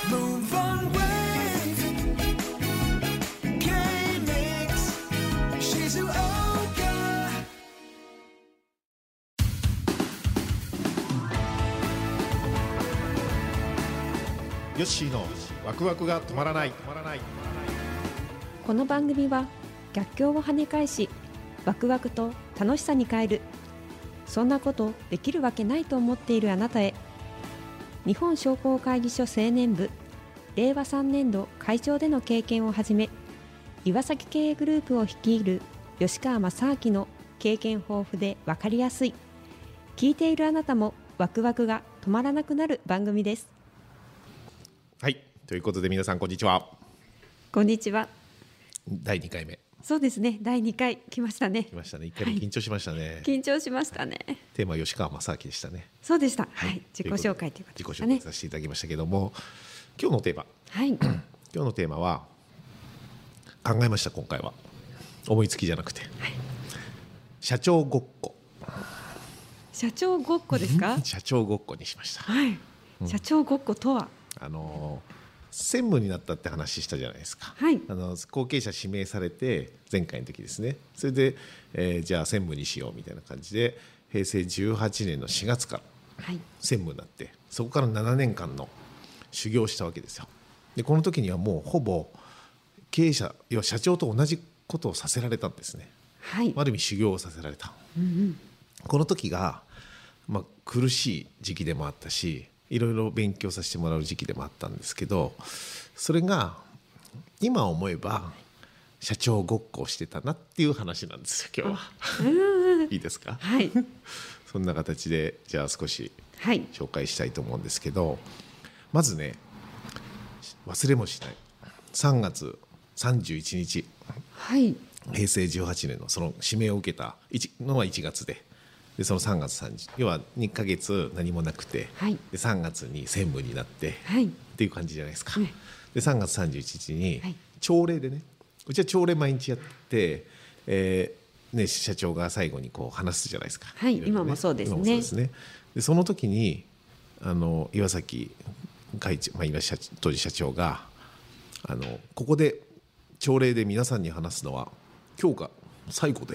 Move on wave K-Mix Shizuoka ヨッシーのワクワクが止まらない。 この番組は逆境を跳ね返しワクワクと楽しさに変える、そんなことできるわけないと思っているあなたへ。日本商工会議所青年部令和3年度会長での経験をはじめ、岩崎経営グループを率いる吉川正明の経験豊富で分かりやすい、聞いているあなたもワクワクが止まらなくなる番組です。 はい、ということで皆さんこんにちは。 こんにちは。 第2回目そうですね、第2回来ましたね。 来ましたね。1回目緊張しましたね、 緊張しましたね。 テーマは吉川正明でしたね。 そうでした、はい、自己紹介ということでしたね。 自己紹介させていただきましたけども、今日のテーマ、 はい、 今日のテーマは考えました。今回は思いつきじゃなくて、社長ごっこ。 社長ごっこですか？ 社長ごっこにしました。 はい、社長ごっことは、 専務になったって話したじゃないですか、 はい、 後継者指名されて前回の時ですね。それで、じゃあ専務にしようみたいな感じで平成18年の4月から専務になって、そこから7年間の修行をしたわけですよ。でこの時にはもうほぼ経営者、要は社長と同じことをさせられたんですね、 はい、 ある意味修行をさせられた、この時が、苦しい時期でもあったし、いろいろ勉強させてもらう時期でもあったんですけど、それが今思えば社長ごっこをしてたなっていう話なんですよ今日は。いいですか？ はい、 そんな形でじゃあ少しはい、 紹介したいと思うんですけど、まずね、忘れもしない3月31日、 はい、 平成18年のその指名を受けたのは1月で、その3月30日、要は2ヶ月何もなくて、 はい、 で3月に専務になって、 はい、 っていう感じじゃないですか、 ね、 で3月31日にはい、 朝礼でね、うちは朝礼毎日やって、社長が最後にこう話すじゃないですか、 はい、 いろいろね、 今もそうですね。 今もそうですね。でその時に岩崎会長、当時社長がここで朝礼で皆さんに話すのは今日が最後です、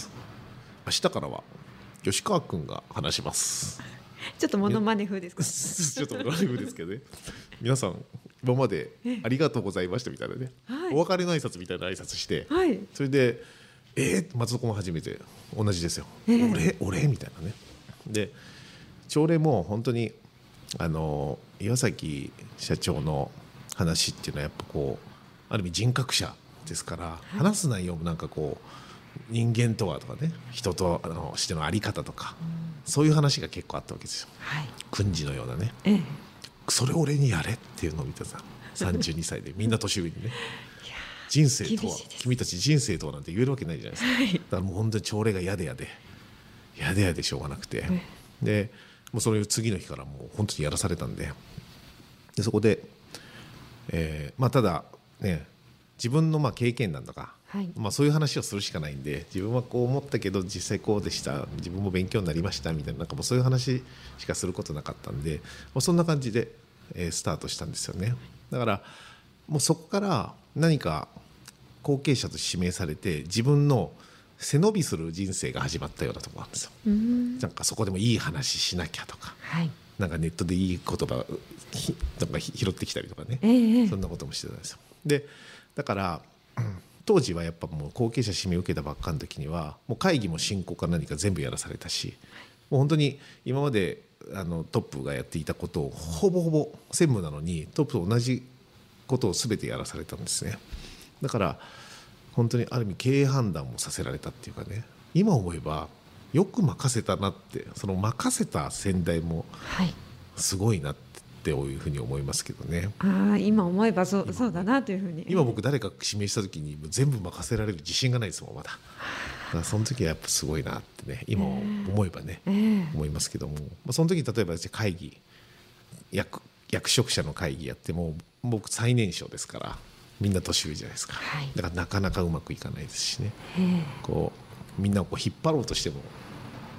明日からは吉川君が話します。 ちょっとモノマネ風ですか？ ちょっとモノマネ風ですけどね。皆さん今までありがとうございましたみたいなね、 はい、 お別れの挨拶みたいな挨拶して、 はい、 それで松岡も初めて同じですよ、俺みたいなね。で朝礼も本当に岩崎社長の話っていうのはやっぱこうある意味人格者ですから、はい、話す内容もなんかこう人間とはとかね、人としての在り方とか、そういう話が結構あったわけですよ、はい、訓示のようなね、それを俺にやれっていうのを見てさ、32歳でみんな年上にね人生とは、君たち人生とはなんて言えるわけないじゃないですか、はい、だからもう本当に朝礼が嫌でしょうがなくて、でもうそれを次の日からもう本当にやらされたんで、そこで、ただね、自分の経験談とか、はい、そういう話をするしかないんで、自分はこう思ったけど実際こうでした、自分も勉強になりましたみたいな、なんかもうそういう話しかすることなかったんで、そんな感じで、スタートしたんですよね。だからもうそこから何か後継者と指名されて自分の背伸びする人生が始まったようなところなんですよ。なんかそこでもいい話しなきゃとか、はい、なんかネットでいい言葉なんか拾ってきたりとかね、そんなこともしてたんですよ。でだから当時はやっぱもう後継者指名を受けたばっかの時にはもう会議も進行か何か全部やらされたし、もう本当に今までトップがやっていたことをほぼほぼ専務なのにトップと同じことを全てやらされたんですね。だから本当にある意味経営判断もさせられたっていうかね、今思えばよく任せたなって、その任せた先代もすごいなっていうふうに思いますけどね。 今思えばそうだなというふうに。 今僕誰か指名した時に全部任せられる自信がないですもんまだ。だからその時はやっぱすごいなってね、今思えばね、思いますけども、その時例えば会議役職者の会議やっても僕最年少ですからみんな年上じゃないですか、はい、だからなかなかうまくいかないですしね、こうみんなをこう引っ張ろうとしても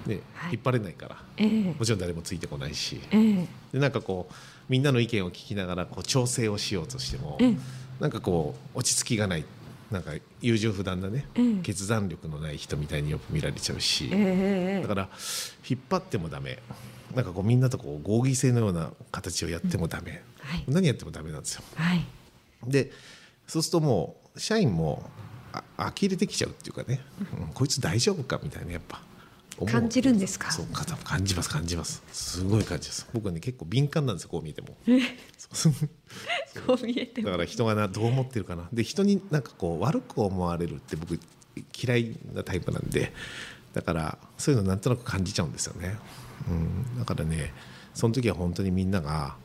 ねはい引っ張れないから、 えもちろん誰もついてこないし、 えでなんかこうみんなの意見を聞きながらこう調整をしようとしても、なんかこう落ち着きがない、なんか優柔不断なね、決断力のない人みたいによく見られちゃうし、だから引っ張ってもダメ、なんかこうみんなとこう合議制のような形をやってもダメ、 はい何やってもダメなんですよ。 はいでそうするともう社員も呆れてきちゃうっていうかね、こいつ大丈夫かみたいなやっぱ思う感じるんですか。 そう感じますすごい感じます。僕はね結構敏感なんですよ、こう見てもそうこう見えてもだから人がどう思ってるかな、で人になんかこう悪く思われるって僕嫌いなタイプなんで、だからそういうのなんとなく感じちゃうんですよね、だからねその時は本当にみんなが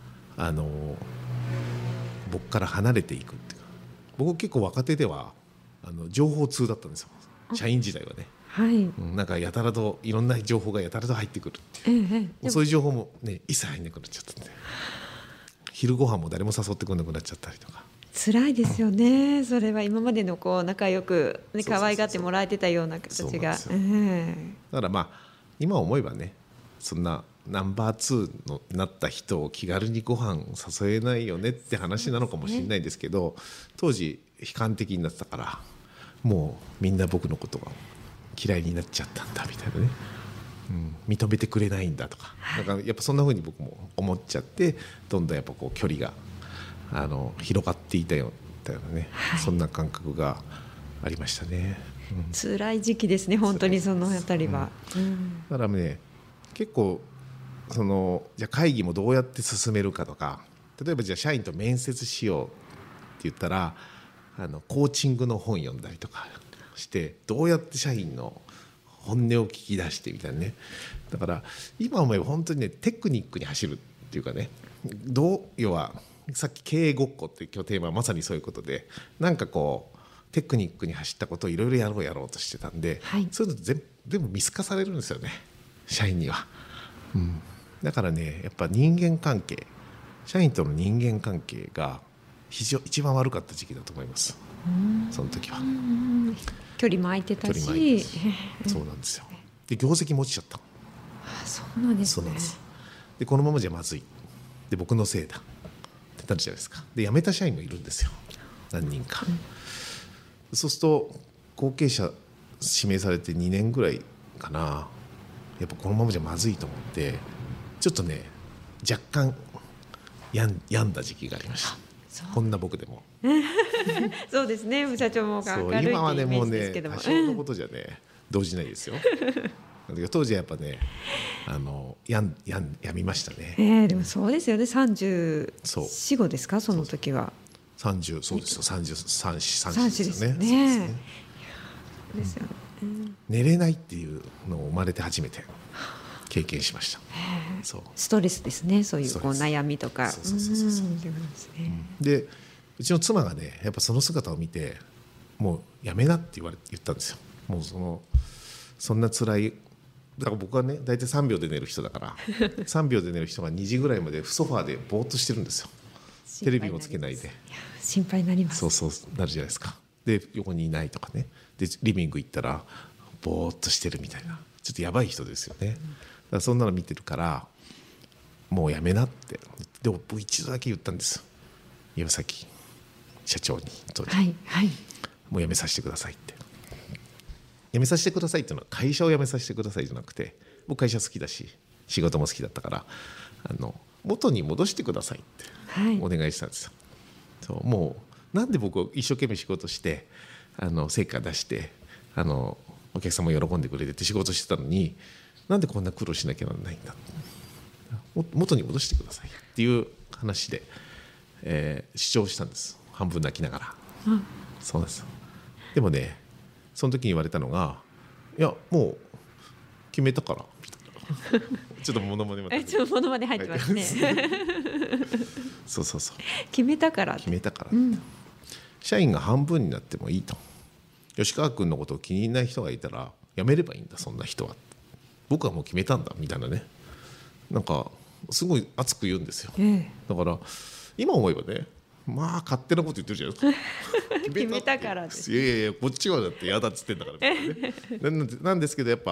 僕から離れていくっていうか、僕結構若手では情報通だったんですよ、社員時代はね。 はい、 なんかやたらといろんな情報がやたらと入ってくるっていう、もうそういう情報もね一切入んなくなっちゃったんで、昼ご飯も誰も誘ってくれなくなっちゃったりとか。 辛いですよね。それは今までのこう仲良く、ね、 そうそうそうそう可愛がってもらえてたようなそう形が。 なんですよだからまあ今思えばね、そんなナンバー2のなった人を気軽にご飯誘えないよねって話なのかもしれないですけど、当時悲観的になってたから、もうみんな僕のことが嫌いになっちゃったんだみたいなね、認めてくれないんだとか、だからやっぱそんな風に僕も思っちゃって、どんどんやっぱこう距離が広がっていたようなね、そんな感覚がありましたね。 辛い時期ですね、本当にそのあたりは。 だからね結構じゃあ会議もどうやって進めるかとか、例えばじゃあ社員と面接しようって言ったらコーチングの本読んだりとかして、どうやって社員の本音を聞き出してみたいなね。だから今思えば本当にねテクニックに走るっていうかね、要はさっき経営ごっこって今日テーマはまさにそういうことで、なんかこうテクニックに走ったことをいろいろやろうとしてたんで、そういうの全部見透かされるんですよね、社員には。だからねやっぱ人間関係、社員との人間関係が一番悪かった時期だと思います、その時は。 距離も空いてた距離も空いてし。 そうなんですよ。で業績も落ちちゃった。 そうなんですね。 でこのままじゃまずい、で僕のせいだってなるじゃないですか。で辞めた社員もいるんですよ、何人か。そうすると後継者指名されて2年ぐらいかな、やっぱこのままじゃまずいと思って、ちょっとね若干病んだ時期がありました。こんな僕でもそうですね、社長も明るいっていうイ今はねもうメージですねけども、 多少のことじゃね動じないですよだけど当時はやっぱね病みましたね。 でもそうですよね、34、 そう 5ですか、その時は。 30、そうですよ、33、4 ですよね。 そうですね。 ですよね。 寝れないっていうのを生まれて初めて経験しました。そうストレスですね、そういうこうストレス悩みとか。 そうそうそうそうそうでうちの妻がねやっぱその姿を見て、もうやめなって言ったんですよ。もうそんな辛い、だから僕はね大体3秒で寝る人だから3秒で寝る人が2時ぐらいまでソファーでぼーっとしてるんですよ、テレビもつけないで。 心配になります。 そうなるじゃないですか。で横にいないとかね、でリビング行ったらぼーっとしてるみたいな、ちょっとやばい人ですよね。だからそんなの見てるからもうやめなって。でも僕一度だけ言ったんです、岩崎社長に当時、もうやめさせてくださいって。やめさせてくださいっていうのは会社を辞めさせてくださいじゃなくて、僕会社好きだし仕事も好きだったから元に戻してくださいってお願いしたんですよ。そうもうなんで僕一生懸命仕事して成果出してお客様喜んでくれてって仕事してたのに、なんでこんな苦労しなきゃならないんだ、元に戻してくださいっていう話で、主張したんです、半分泣きながら。そうなんですよ。でもねその時に言われたのが、いやもう決めたからみたいなちょっと物まねまでちょっと物まで入ってますねそう決めたから決めたからって、社員が半分になってもいいと、吉川君のことを気に入らない人がいたら辞めればいいんだ、そんな人は、僕はもう決めたんだみたいなね、なんかすごい熱く言うんですよ、だから今思えばね、まあ勝手なこと言ってるじゃないですか決めたからです。 いやこっちはだって嫌だっつってんだから、ね、なんですけどやっぱ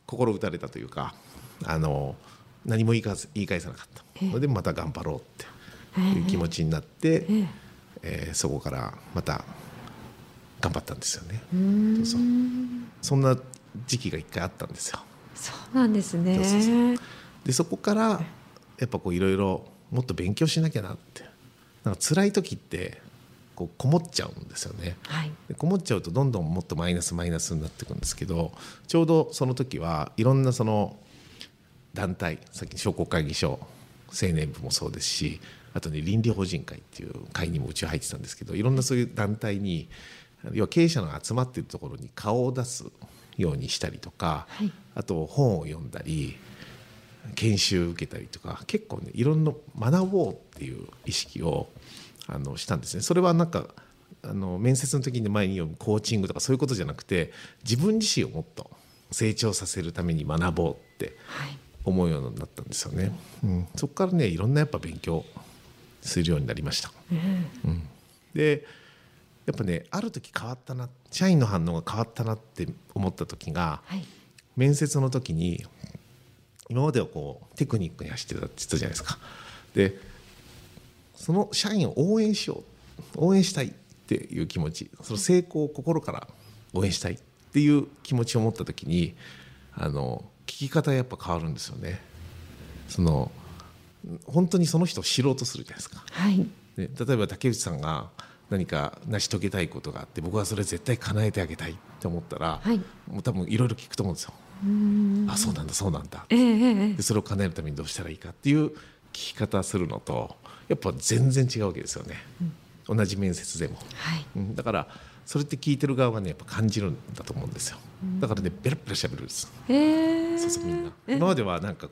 心打たれたというか、何も言い返さなかったので、また頑張ろうっていう気持ちになって、そこからまた頑張ったんですよね。そんな時期が一回あったんですよ。 そうなんですね。 でそこからやっぱいろいろもっと勉強しなきゃなって、なんか辛い時ってこもっちゃうんですよね。でこもっちゃうとどんどんもっとマイナスになっていくんですけど、ちょうどその時はいろんなその団体、さっき商工会議所青年部もそうですし、あとね倫理法人会っていう会にもうちは入ってたんですけど、いろんなそういう団体に、要は経営者の集まっているところに顔を出すようにしたりとか、あと本を読んだり研修受けたりとか、結構ねいろんな学ぼうっていう意識をしたんですね。それはなんか面接の時に前に読むコーチングとかそういうことじゃなくて、自分自身をもっと成長させるために学ぼうって思うようになったんですよね。そこからねいろんなやっぱ勉強するようになりました。でやっぱねある時変わったな、社員の反応が変わったなって思った時が、面接の時に今まではテクニックに走ってたって言ったじゃないですか。でその社員を応援したいっていう気持ち、その成功を心から応援したいっていう気持ちを持った時に聞き方やっぱ変わるんですよね。本当にその人を知ろうとするじゃないですか。で例えば竹内さんが何か成し遂げたいことがあって、僕はそれ絶対叶えてあげたいって思ったら、もう多分いろいろ聞くと思うんですよ。あ、そうなんだそうなんだ、でそれを叶えるためにどうしたらいいかっていう聞き方するのとやっぱ全然違うわけですよね。同じ面接でも、だからそれって聞いてる側がねやっぱ感じるんだと思うんですよ。だからねベラベラ喋るんです。そうみんな今まではなんか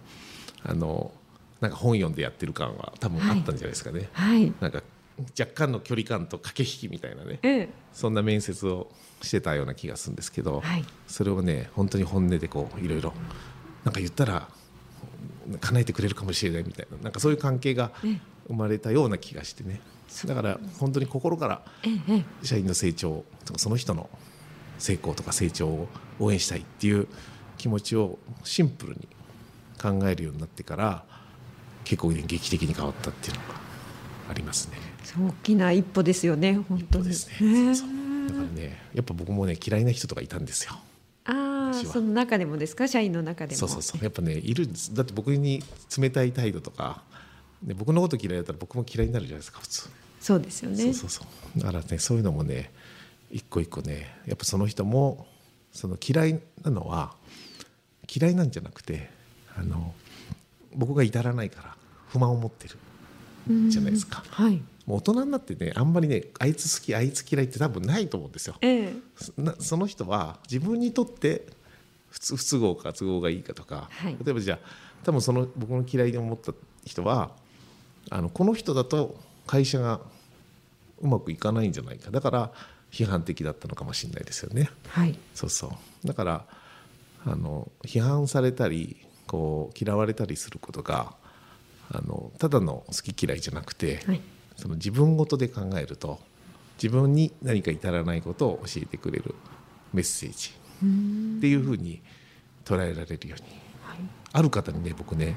なんか本読んでやってる感は多分あったんじゃないですかね。なんか若干の距離感と駆け引きみたいなね、そんな面接をしてたような気がするんですけど、それをね本当に本音でいろいろなんか言ったら叶えてくれるかもしれないみたいな、なんかそういう関係が生まれたような気がしてね。だから本当に心から社員の成長とかその人の成功とか成長を応援したいっていう気持ちをシンプルに考えるようになってから結構劇的に変わったっていうのがありますね。 大きな一歩ですよね。本当ですね。 だからねやっぱ僕もね嫌いな人とかいたんですよ。 その中でもですか？社員の中でも。 そうやっぱねいるんです。だって僕に冷たい態度とか、ね、僕のこと嫌いだったら僕も嫌いになるじゃないですか普通。 そうですよね。 だからねそういうのもね一個一個ねやっぱその人も嫌いなのは嫌いなんじゃなくて僕が至らないから不満を持ってるじゃないですか。もう大人になってねあんまりねあいつ好きあいつ嫌いって多分ないと思うんですよ。その人は自分にとって不都合か都合がいいかとか、例えばじゃあ多分僕の嫌いに思った人はこの人だと会社がうまくいかないんじゃないか、だから批判的だったのかもしれないですよね。だから批判されたり嫌われたりすることがただの好き嫌いじゃなくて、自分ごとで考えると自分に何か至らないことを教えてくれるメッセージっていうふうに捉えられるように、ある方にね僕ね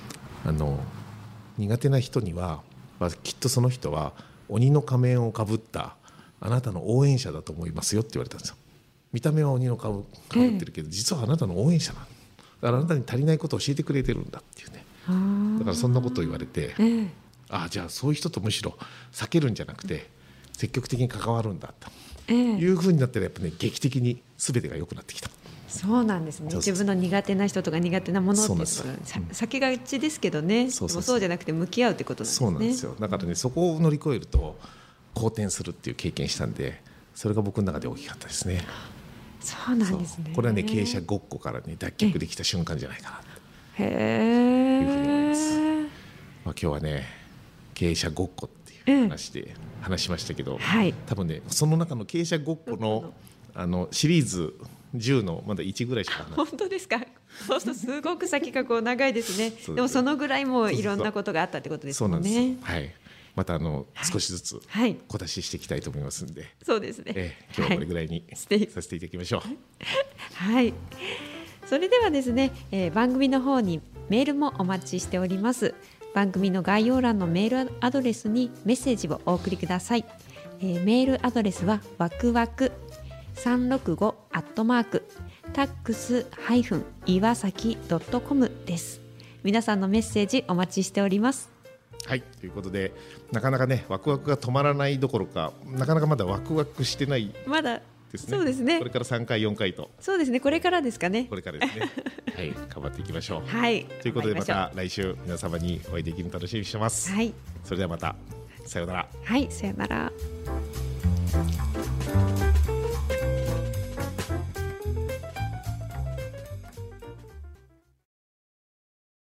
苦手な人には、きっとその人は鬼の仮面をかぶったあなたの応援者だと思いますよって言われたんですよ。見た目は鬼のかぶってるけど、実はあなたの応援者なのだからあなたに足りないことを教えてくれてるんだっていうね。だからそんなことを言われて、じゃあそういう人とむしろ避けるんじゃなくて積極的に関わるんだというふうになったらやっぱね劇的に全てが良くなってきた。 そうなんですね。自分の苦手な人とか苦手なものって避けがちですけどね。でもそうじゃなくて向き合うってことなんですね。 そうなんですよ。だからねそこを乗り越えると好転するっていう経験したんで、それが僕の中で大きかったですね。 そうなんですね。 これはね経営者ごっこからね脱却できた瞬間じゃないかなというふうに思います。今日はね経営者ごっこっていう話で話しましたけど、多分ねその中の経営者ごっこのシリーズ10のまだ1ぐらいしか本当ですか？そうするとすごく先が長いですね。でもそのぐらいもいろんなことがあったってことですもんね。 そうなんです。また少しずつ小出ししていきたいと思いますんで、 そうですね。 今日はこれぐらいにさせていただきましょう。 それではですね、番組の方にメールもお待ちしております。番組の概要欄のメールアドレスにメッセージをお送りください。メールアドレスはわくわく365@tax-iwasaki.com です。皆さんのメッセージお待ちしております。 はい、ということでなかなかねワクワクが止まらないどころかなかなかまだワクワクしてないまだですね。 そうですね。 これから3回4回とそうですね。これからですかね。 これからですねはい頑張っていきましょう。 はい。 ということでま頑張た来週皆様にお会いできるの楽しみにしてます。 りましょう。はい。 それではまたさようなら。 はい。さよなら。